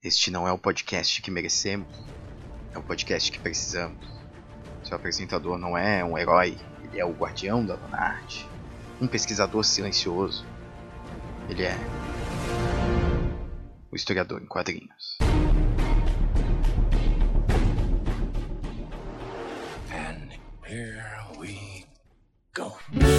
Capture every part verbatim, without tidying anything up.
Este não é o podcast que merecemos, é o podcast que precisamos. Seu apresentador não é um herói, ele é o guardião da arte, um pesquisador silencioso. Ele é o historiador em quadrinhos. And here we go.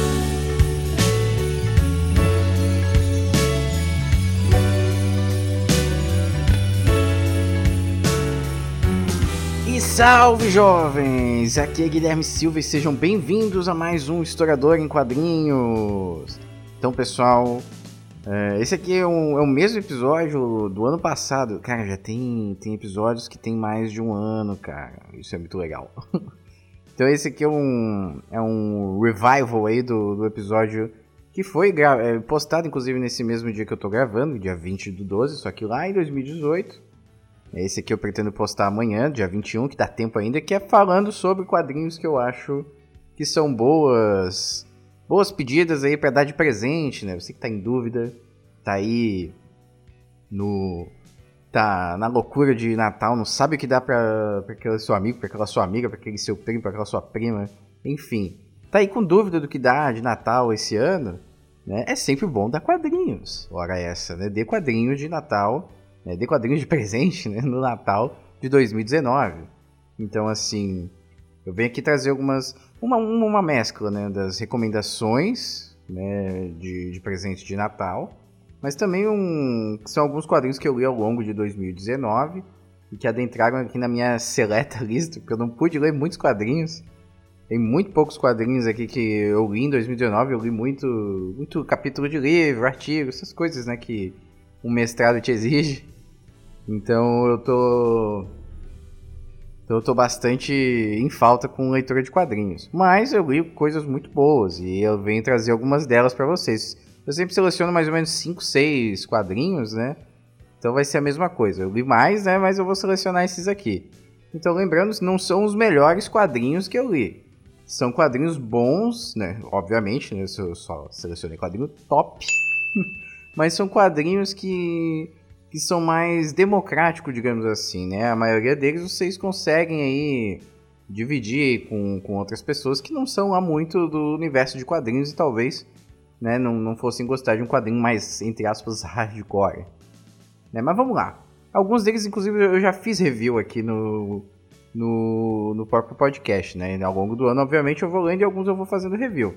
E salve, jovens! Aqui é Guilherme Silva e sejam bem-vindos a mais um Historiador em Quadrinhos. Então, pessoal, esse aqui é, um, é o mesmo episódio do ano passado. Cara, já tem, tem episódios que tem mais de um ano, cara. Isso é muito legal. Então esse aqui é um, é um revival aí do, do episódio que foi gra- é, postado, inclusive, nesse mesmo dia que eu tô gravando, dia vinte do doze, só que lá em dois mil e dezoito. Esse aqui eu pretendo postar amanhã, dia vinte e um, que dá tempo ainda, que é falando sobre quadrinhos que eu acho que são boas, boas pedidas aí pra dar de presente, né? Você que tá em dúvida, tá aí no... tá na loucura de Natal, não sabe o que dá pra, pra aquele seu amigo, pra aquela sua amiga, pra aquele seu primo, pra aquela sua prima, enfim. Tá aí com dúvida do que dá de Natal esse ano, né? É sempre bom dar quadrinhos. Ora essa, né? Dê quadrinhos de Natal, né? Dê quadrinhos de presente, né? No Natal de dois mil e dezenove. Então, assim, eu venho aqui trazer algumas... Uma, uma mescla, né? Das recomendações, né? De, de presente de Natal. Mas também um, são alguns quadrinhos que eu li ao longo de dois mil e dezenove e que adentraram aqui na minha seleta lista, porque eu não pude ler muitos quadrinhos. Tem muito poucos quadrinhos aqui que eu li em dois mil e dezenove, eu li muito, muito capítulo de livro, artigo, essas coisas, né, que um mestrado te exige. Então eu tô, eu tô bastante em falta com leitura de quadrinhos. Mas eu li coisas muito boas e eu venho trazer algumas delas para vocês. Eu sempre seleciono mais ou menos cinco, seis quadrinhos, né? Então vai ser a mesma coisa. Eu li mais, né? Mas eu vou selecionar esses aqui. Então lembrando, não são os melhores quadrinhos que eu li. São quadrinhos bons, né? Obviamente, né? Eu só selecionei quadrinho top. Mas são quadrinhos que, que são mais democráticos, digamos assim, né? A maioria deles vocês conseguem aí dividir com, com outras pessoas que não são lá muito do universo de quadrinhos e talvez... Né, não, não fossem gostar de um quadrinho mais, entre aspas, hardcore. Né, mas vamos lá. Alguns deles, inclusive, eu já fiz review aqui no, no, no próprio podcast. Né? Ao longo do ano, obviamente, eu vou lendo e alguns eu vou fazendo review.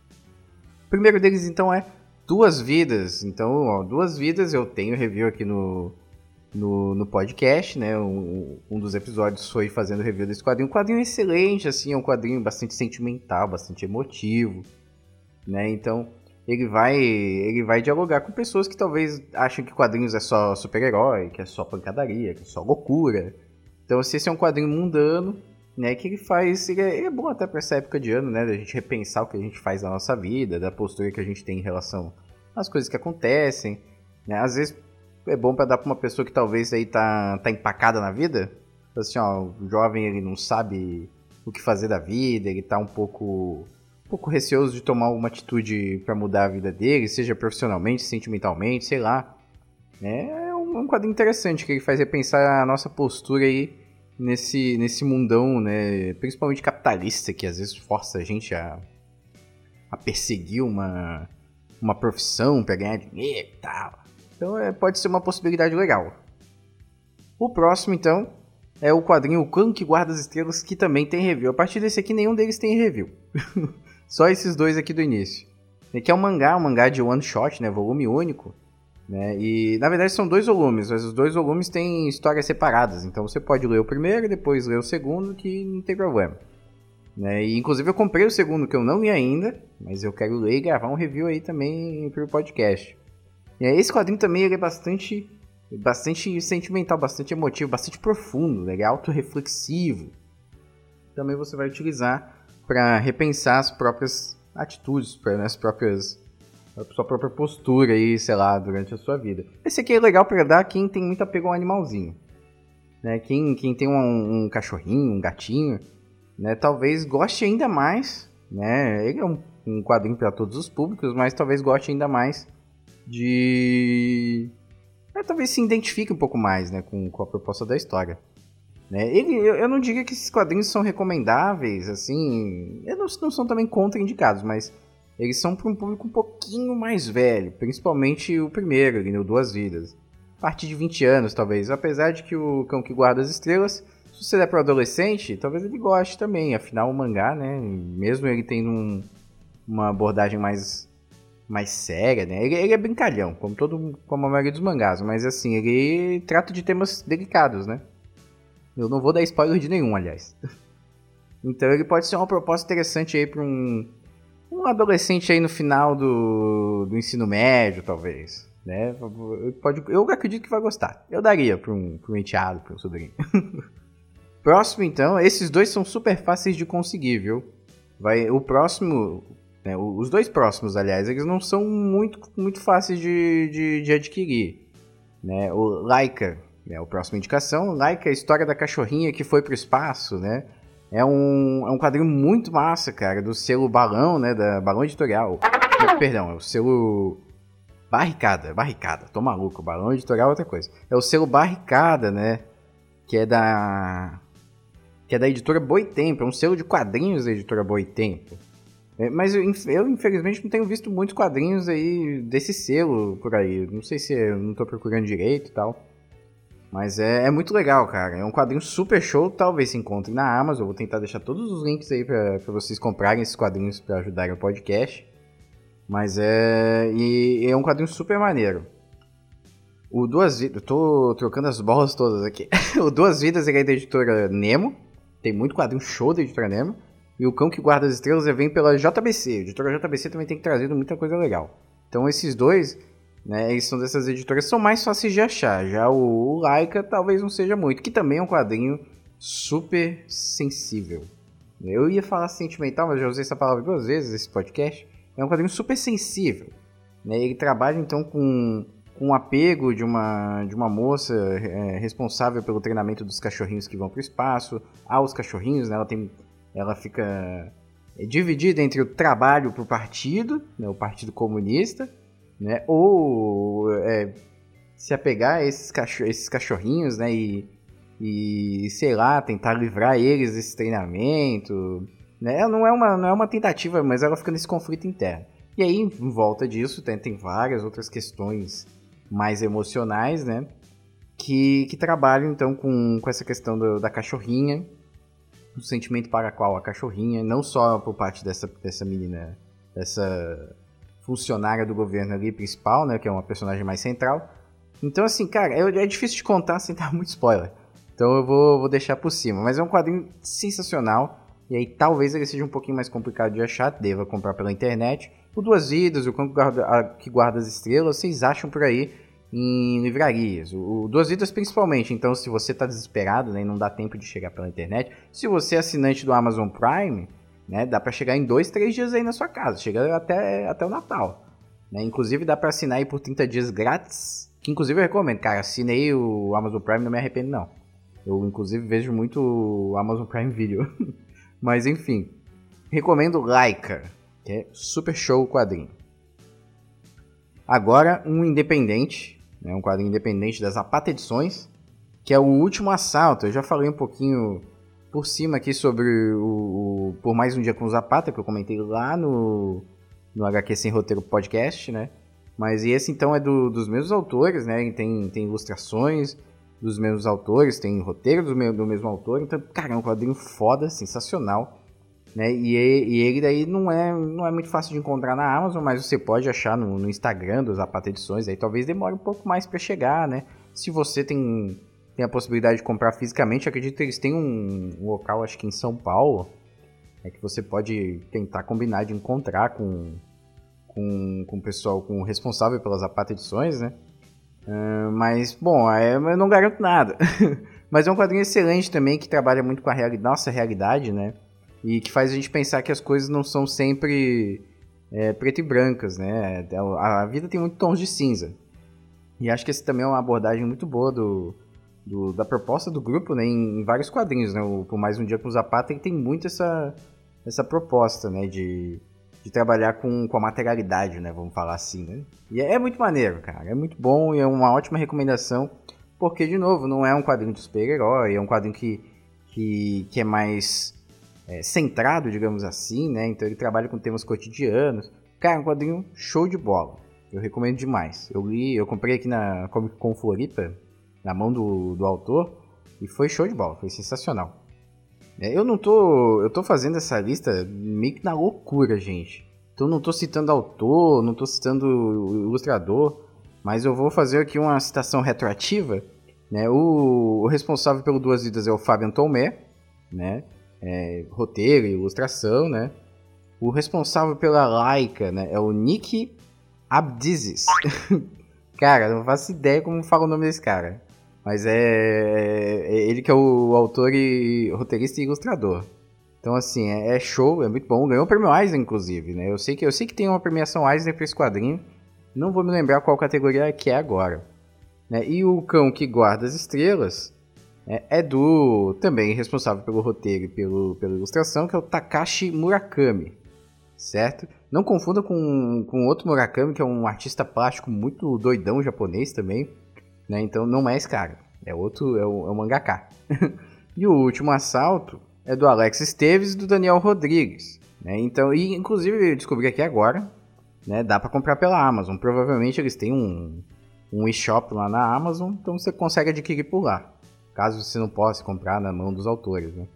O primeiro deles, então, é Duas Vidas. Então, ó, Duas Vidas eu tenho review aqui no, no, no podcast. Né? Um, um dos episódios foi fazendo review desse quadrinho. Um quadrinho excelente, assim, é um quadrinho bastante sentimental, bastante emotivo. Né? Então... Ele vai, ele vai dialogar com pessoas que talvez acham que quadrinhos é só super-herói, que é só pancadaria, que é só loucura. Então, se esse é um quadrinho mundano, né, que ele faz... Ele é, ele é bom até para essa época de ano, né, da gente repensar o que a gente faz na nossa vida, da postura que a gente tem em relação às coisas que acontecem. Né? Às vezes é bom para dar para uma pessoa que talvez aí tá, tá empacada na vida. Assim, ó, o jovem ele não sabe o que fazer da vida, ele tá um pouco... um pouco receoso de tomar alguma atitude para mudar a vida dele, seja profissionalmente, sentimentalmente, sei lá. É um, um quadrinho interessante que ele faz repensar a nossa postura aí nesse, nesse mundão, né, principalmente capitalista, que às vezes força a gente a, a perseguir uma, uma profissão para ganhar dinheiro e tal. Então é, pode ser uma possibilidade legal. O próximo, então, é o quadrinho O Clã que Guarda as Estrelas, que também tem review. A partir desse aqui, nenhum deles tem review. Só esses dois aqui do início. Que é um mangá, um mangá de one shot, né? Volume único. Né? E na verdade são dois volumes, mas os dois volumes têm histórias separadas. Então você pode ler o primeiro e depois ler o segundo, que não tem problema. Né? E inclusive eu comprei o segundo, que eu não li ainda, mas eu quero ler e gravar um review aí também pro podcast. E aí, esse quadrinho também ele é bastante, bastante sentimental, bastante emotivo, bastante profundo, né? Ele é autorreflexivo. Também você vai utilizar para repensar as próprias atitudes, para as próprias, a sua própria postura aí, sei lá, durante a sua vida. Esse aqui é legal para dar quem tem muito apego a um animalzinho, né? Quem, quem tem um, um cachorrinho, um gatinho, né? Talvez goste ainda mais, né? Ele é um, um quadrinho para todos os públicos, mas talvez goste ainda mais de é, talvez se identifique um pouco mais, né, com, com a proposta da história. Né? Ele, eu, eu não diria que esses quadrinhos são recomendáveis, assim, eles não, não são também contraindicados, mas eles são para um público um pouquinho mais velho, principalmente o primeiro, ali, no Duas Vidas. A partir de vinte anos, talvez, apesar de que o Cão que Guarda as Estrelas, se você der para o adolescente, talvez ele goste também, afinal o mangá, né, mesmo ele tendo um, uma abordagem mais... mais séria, né? Ele, ele é brincalhão, como, todo, como a maioria dos mangás, mas assim, ele trata de temas delicados, né? Eu não vou dar spoiler de nenhum, aliás. Então ele pode ser uma proposta interessante aí para um, um adolescente aí no final do, do ensino médio, talvez, né? Pode, eu acredito que vai gostar. Eu daria para um, pra um enteado, para um sobrinho. Próximo, então, esses dois são super fáceis de conseguir, viu? Vai, o próximo... É, os dois próximos, aliás, eles não são muito, muito fáceis de, de, de adquirir. Né? O Laika, é a próxima indicação. Laika, a história da cachorrinha que foi pro espaço, né? É um, é um quadrinho muito massa, cara, do selo Balão, né? Da Balão Editorial. Perdão, é o selo Barricada, Barricada, tô maluco, Balão Editorial é outra coisa. É o selo Barricada, né? Que é da... Que é da editora Boitempo, é um selo de quadrinhos da editora Boitempo. Mas eu, eu, infelizmente, não tenho visto muitos quadrinhos aí desse selo por aí. Não sei se eu não tô procurando direito e tal. Mas é, é muito legal, cara. É um quadrinho super show. Talvez se encontre na Amazon. Eu vou tentar deixar todos os links aí pra, pra vocês comprarem esses quadrinhos pra ajudarem o podcast. Mas é... E é um quadrinho super maneiro. O Duas Vidas... Eu tô trocando as bolas todas aqui. O Duas Vidas ele é da editora Nemo. Tem muito quadrinho show da editora Nemo. E o Cão que Guarda as Estrelas vem pela J B C. A editora J B C também tem trazido muita coisa legal. Então esses dois, né, eles são dessas editoras, são mais fáceis de achar. Já o, o Laika talvez não seja muito, que também é um quadrinho super sensível. Eu ia falar sentimental, mas já usei essa palavra duas vezes nesse podcast. É um quadrinho super sensível. Né? Ele trabalha então com, com o apego de uma, de uma moça é, responsável pelo treinamento dos cachorrinhos que vão para o espaço. Aos cachorrinhos, né? Ela tem... Ela fica dividida entre o trabalho para o partido, né, o Partido Comunista, né, ou é, se apegar a esses, cachor- esses cachorrinhos, né, e, e, sei lá, tentar livrar eles desse treinamento. Né, não, é uma, não é uma tentativa, mas ela fica nesse conflito interno. E aí, em volta disso, tem, tem várias outras questões mais emocionais, né, que, que trabalham, então, com, com essa questão do, da cachorrinha, o sentimento para a qual a cachorrinha, não só por parte dessa, dessa menina, dessa funcionária do governo ali principal, né, que é uma personagem mais central. Então, assim, cara, é, é difícil de contar sem dar muito spoiler. Então eu vou, vou deixar por cima. Mas é um quadrinho sensacional. E aí talvez ele seja um pouquinho mais complicado de achar, deva comprar pela internet. O Duas Vidas, o Cão que Guarda, a, que Guarda as Estrelas, vocês acham por aí em livrarias. O, o Duas Vidas principalmente, então se você está desesperado, né, e não dá tempo de chegar pela internet, se você é assinante do Amazon Prime, né, dá para chegar em dois, três dias aí na sua casa, chega até, até o Natal. Né? Inclusive dá para assinar aí por trinta dias grátis, que inclusive eu recomendo, cara, assinei o Amazon Prime, não me arrependo não. Eu inclusive vejo muito o Amazon Prime Video. Mas enfim, recomendo Laika, que é super show o quadrinho. Agora um independente, né, um quadrinho independente da Zapata Edições, que é o Último Assalto. Eu já falei um pouquinho por cima aqui sobre o, o Por Mais Um Dia com o Zapata, que eu comentei lá no, no H Q Sem Roteiro Podcast, né? Mas esse então é do, dos mesmos autores, né? Tem, tem ilustrações dos mesmos autores, tem roteiro do, meu, do mesmo autor. Então, cara, é um quadrinho foda, sensacional. Né? E, e ele daí não é, não é muito fácil de encontrar na Amazon, mas você pode achar no, no Instagram dos Zapata Edições. Aí talvez demore um pouco mais para chegar, né? Se você tem, tem a possibilidade de comprar fisicamente, acredito que eles têm um, um local, acho que em São Paulo, é que você pode tentar combinar de encontrar com, com, com o pessoal, com o responsável pelas Zapata Edições, né? Uh, mas, bom, é, eu não garanto nada. Mas é um quadrinho excelente também, que trabalha muito com a reali- nossa realidade, né? E que faz a gente pensar que as coisas não são sempre é, preto e brancas, né? A vida tem muitos tons de cinza. E acho que essa também é uma abordagem muito boa do, do, da proposta do grupo, né? Em, em vários quadrinhos, né? O Por Mais Um Dia com o Zapata, ele tem muito essa, essa proposta, né? De, de trabalhar com, com a materialidade, né? Vamos falar assim, né? E é, é muito maneiro, cara. É muito bom e é uma ótima recomendação. Porque, de novo, não é um quadrinho de super-herói. É um quadrinho que, que, que é mais é, centrado, digamos assim, né? Então ele trabalha com temas cotidianos. Cara, é um quadrinho show de bola. Eu recomendo demais. Eu li, eu comprei aqui na Comic Con Floripa, na mão do, do autor. E foi show de bola. Foi sensacional. Eu não tô. Eu tô fazendo essa lista meio que na loucura, gente. Então não tô citando autor, não tô citando ilustrador, mas eu vou fazer aqui uma citação retroativa. Né? O, o responsável pelo Duas Vidas é o Fabian Tomé, né? É, roteiro e ilustração, né? O responsável pela Laika, né, é o Nick Abdizes. Cara, não faço ideia como fala o nome desse cara. Mas é, é ele que é o autor e roteirista e ilustrador. Então, assim, é, é show, é muito bom. Ganhou o prêmio Eisner, inclusive, né? Eu sei que, eu sei que tem uma premiação Eisner para esse quadrinho. Não vou me lembrar qual categoria que é agora. Né? E o Cão que Guarda as Estrelas é, é do também responsável pelo roteiro e pelo, pela ilustração, que é o Takashi Murakami. Certo? Não confunda com, com outro Murakami, que é um artista plástico muito doidão japonês também. Né? Então não é esse cara, é outro, é o, é o mangaka. E o Último Assalto é do Alex Esteves e do Daniel Rodrigues. Né? Então, e inclusive eu descobri aqui agora, né, dá para comprar pela Amazon. Provavelmente eles têm um, um e-shop lá na Amazon, então você consegue adquirir por lá, caso você não possa comprar na mão dos autores. Né?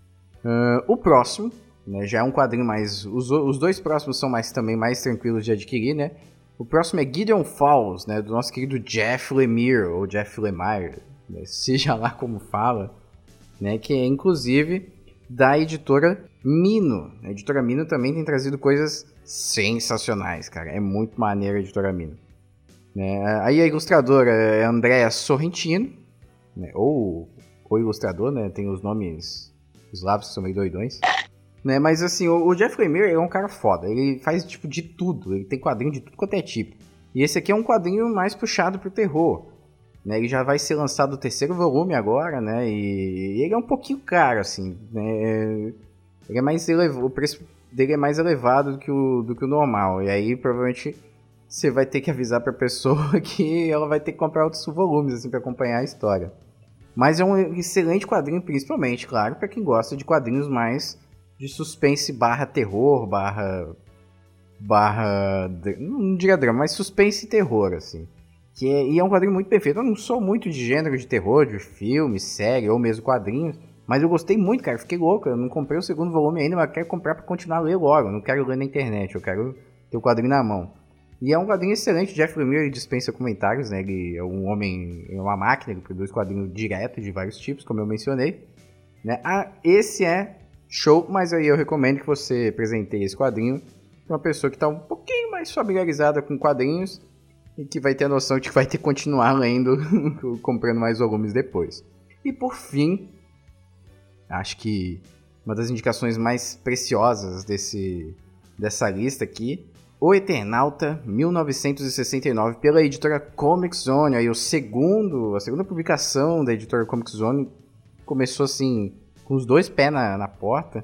Uh, o próximo, né, já é um quadrinho mais... Os, os dois próximos são mais, também mais tranquilos de adquirir, né? O próximo é Gideon Falls, né, do nosso querido Jeff Lemire, ou Jeff Lemire, né, seja lá como fala, né, que é inclusive da editora Mino. A editora Mino também tem trazido coisas sensacionais, cara, é muito maneiro a editora Mino. Né, aí a ilustradora é Andrea Sorrentino, né, ou o ilustrador, né, tem os nomes eslavos que são meio doidões. Né, mas assim, o, o Jeff Lemire é um cara foda, ele faz tipo de tudo, ele tem quadrinho de tudo quanto é tipo. E esse aqui é um quadrinho mais puxado pro terror, né, ele já vai ser lançado o terceiro volume agora, né, e, e ele é um pouquinho caro, assim, né, ele é mais elevado, o preço dele é mais elevado do que, o, do que o normal, e aí provavelmente você vai ter que avisar pra pessoa que ela vai ter que comprar outros volumes, assim, pra acompanhar a história. Mas é um excelente quadrinho, principalmente, claro, pra quem gosta de quadrinhos mais... de suspense barra terror, barra... barra... não diria drama, mas suspense e terror, assim. Que é, e é um quadrinho muito perfeito. Eu não sou muito de gênero de terror, de filme, série ou mesmo quadrinhos, mas eu gostei muito, cara. Fiquei louco. Eu não comprei o segundo volume ainda, mas eu quero comprar pra continuar a ler logo. Eu não quero ler na internet, eu quero ter o quadrinho na mão. E é um quadrinho excelente. Jeff Lemire dispensa comentários, né? Ele é um homem, é uma máquina, ele produz quadrinhos direto de vários tipos, como eu mencionei. Né? Ah, esse é... show, mas aí eu recomendo que você presenteie esse quadrinho para uma pessoa que está um pouquinho mais familiarizada com quadrinhos e que vai ter a noção de que vai ter que continuar lendo, comprando mais volumes depois. E por fim, acho que uma das indicações mais preciosas desse, dessa lista aqui, O Eternauta mil novecentos e sessenta e nove, pela editora Comic Zone. Aí o segundo, a segunda publicação da editora Comic Zone começou assim... com os dois pés na, na porta.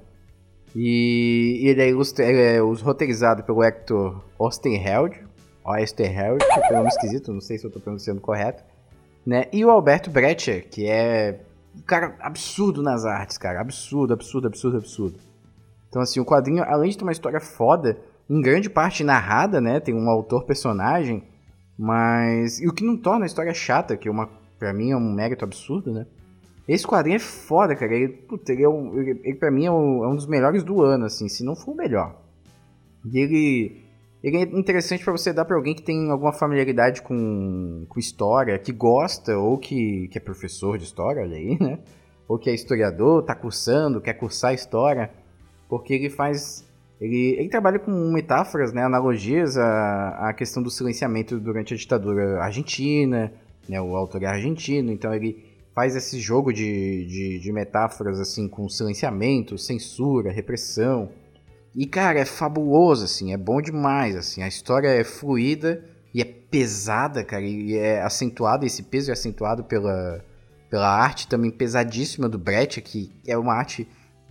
E ele é, ilustra, ele é roteirizado pelo Hector Osterheld. Osterheld, que é um nome esquisito, não sei se eu estou pronunciando correto. Né? E o Alberto Brecher, que é um cara absurdo nas artes, cara. Absurdo, absurdo, absurdo, absurdo. Então, assim, o quadrinho, além de ter uma história foda, em grande parte narrada, né? Tem um autor-personagem, mas... e o que não torna a história chata, que é uma, pra mim é um mérito absurdo, né? Esse quadrinho é foda, cara. Ele, puta, ele, é um, ele, ele pra mim é um, é um dos melhores do ano, assim, se não for o melhor. E ele, ele é interessante pra você dar pra alguém que tem alguma familiaridade com, com história, que gosta, ou que, que é professor de história, olha aí, né? Ou que é historiador, tá cursando, quer cursar história. Porque ele faz... Ele, ele trabalha com metáforas, né, analogias à, à questão do silenciamento durante a ditadura argentina, né? O autor é argentino, então ele... faz esse jogo de, de, de metáforas, assim, com silenciamento, censura, repressão. E, cara, é fabuloso, assim, é bom demais, assim. A história é fluida e é pesada, cara, e é acentuado, esse peso é acentuado pela, pela arte também pesadíssima do Brecht, que é uma arte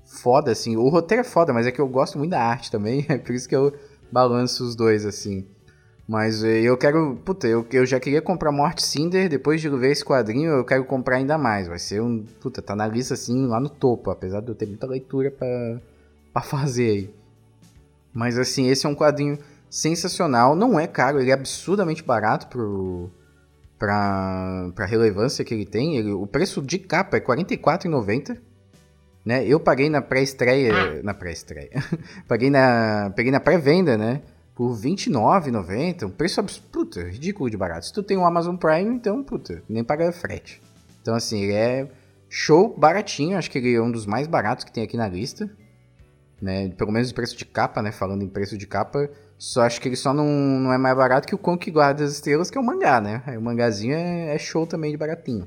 foda, assim. O roteiro é foda, mas é que eu gosto muito da arte também, é por isso que eu balanço os dois, assim. Mas eu quero... Puta, eu, eu já queria comprar Mort Cinder, depois de ver esse quadrinho, eu quero comprar ainda mais. Vai ser um... Puta, tá na lista, assim, lá no topo, apesar de eu ter muita leitura pra, pra fazer aí. Mas, assim, esse é um quadrinho sensacional. Não é caro, ele é absurdamente barato pro... Pra, pra relevância que ele tem. Ele, o preço de capa é quarenta e quatro reais e noventa centavos. Né? Eu paguei na pré-estreia... Na pré-estreia. paguei na, peguei na pré-venda, né? Por vinte e nove reais e noventa centavos. Um preço absurdo, puta, ridículo de barato. Se tu tem um Amazon Prime, então, puta, nem paga frete. Então, assim, ele é show baratinho. Acho que ele é um dos mais baratos que tem aqui na lista. Né? Pelo menos o preço de capa, né? Falando em preço de capa... Só acho que ele só não, não é mais barato que o Conto que Guarda as Estrelas, que é o mangá, né? Aí o mangazinho é, é show também de baratinho.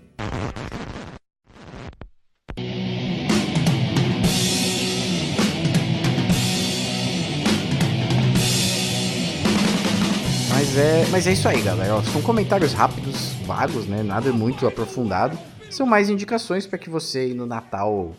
Mas é, mas é isso aí, galera. Ó, são comentários rápidos, vagos, né? Nada muito aprofundado. São mais indicações para que você aí no Natal...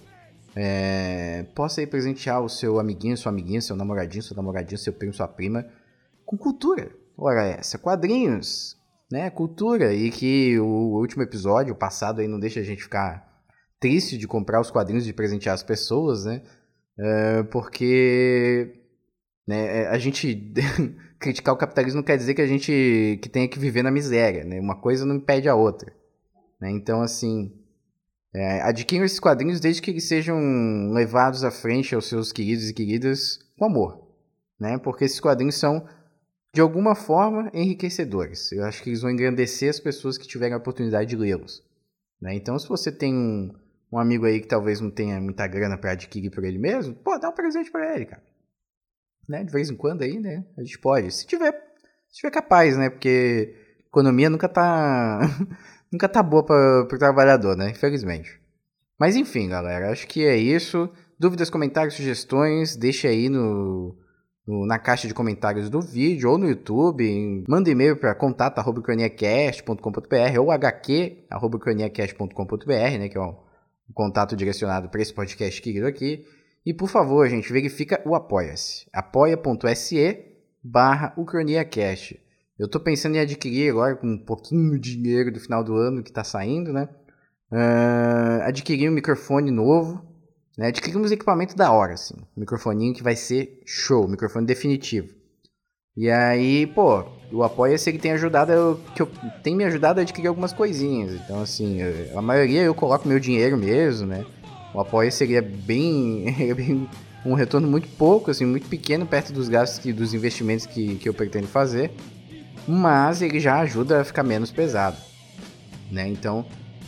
É, possa aí presentear o seu amiguinho, sua amiguinha, seu namoradinho, seu namoradinho, seu primo, sua prima, com cultura. Ora essa, quadrinhos, né, cultura, e que o último episódio, o passado aí, não deixa a gente ficar triste de comprar os quadrinhos, de presentear as pessoas, né, é, porque né, a gente criticar o capitalismo não quer dizer que a gente que tenha que viver na miséria, né, uma coisa não impede a outra, né, então assim... É, adquiram esses quadrinhos desde que eles sejam levados à frente aos seus queridos e queridas com amor, né? Porque esses quadrinhos são, de alguma forma, enriquecedores. Eu acho que eles vão engrandecer as pessoas que tiverem a oportunidade de lê-los, né? Então, se você tem um, um amigo aí que talvez não tenha muita grana para adquirir por ele mesmo, pô, dá um presente para ele, cara. Né? De vez em quando aí, né? A gente pode, se tiver, se tiver capaz, né? Porque economia nunca tá... Nunca tá boa para o trabalhador, né? Infelizmente. Mas enfim, galera. Acho que é isso. Dúvidas, comentários, sugestões. Deixa aí no, no, na caixa de comentários do vídeo ou no YouTube. Manda e-mail para contato arroba croniacast ponto com ponto b r ou hq arroba croniacast ponto com ponto b r, né? Que é o, o contato direcionado para esse podcast querido aqui. E por favor, gente, verifica o Apoia-se. apoia.se barra o croniacast. Eu tô pensando em adquirir agora, com um pouquinho de dinheiro do final do ano que tá saindo, né? Uh, adquirir um microfone novo, né? Adquirir uns equipamentos da hora, assim. Um microfoninho que vai ser show, um microfone definitivo. E aí, pô, o Apoia-se ele tem ajudado, eu, que eu, tem me ajudado a adquirir algumas coisinhas. Então, assim, eu, a maioria eu coloco meu dinheiro mesmo, né? O Apoia-se seria bem, bem um retorno muito pouco, assim, muito pequeno perto dos gastos, que, dos investimentos que, que eu pretendo fazer. Mas ele já ajuda a ficar menos pesado, né? Então,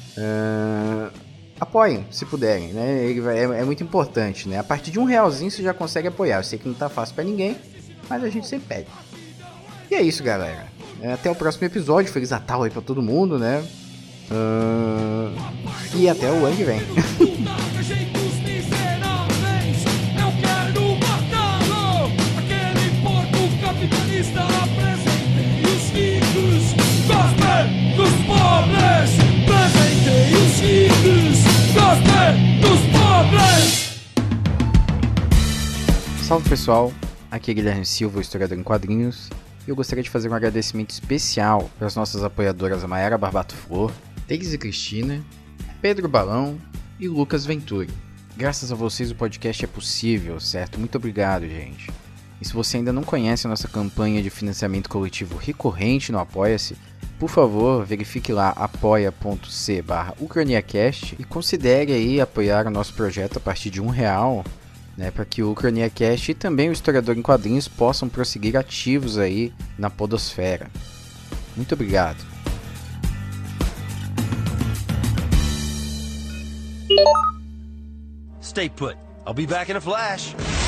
uh, apoiem, se puderem, né? Ele vai, é, é muito importante, né? A partir de um realzinho você já consegue apoiar. Eu sei que não tá fácil pra ninguém, mas a gente sempre pede. E é isso, galera. Até o próximo episódio. Feliz Natal aí pra todo mundo, né? Uh, e até o ano que vem. Dos pobres, presentei os ricos, gostei dos pobres. Salve pessoal, aqui é Guilherme Silva, historiador em quadrinhos, e eu gostaria de fazer um agradecimento especial para as nossas apoiadoras Mayara Barbato Flor, Teise Cristina, Pedro Balão e Lucas Venturi. Graças a vocês o podcast é possível, certo? Muito obrigado, gente. E se você ainda não conhece a nossa campanha de financiamento coletivo recorrente no Apoia-se, por favor, verifique lá apoia.c barra ucraniacast e considere aí apoiar o nosso projeto a partir de um real, né, para que o Ucraniacast e também o Historiador em Quadrinhos possam prosseguir ativos aí na podosfera. Muito obrigado. Stay put. I'll be back in a flash.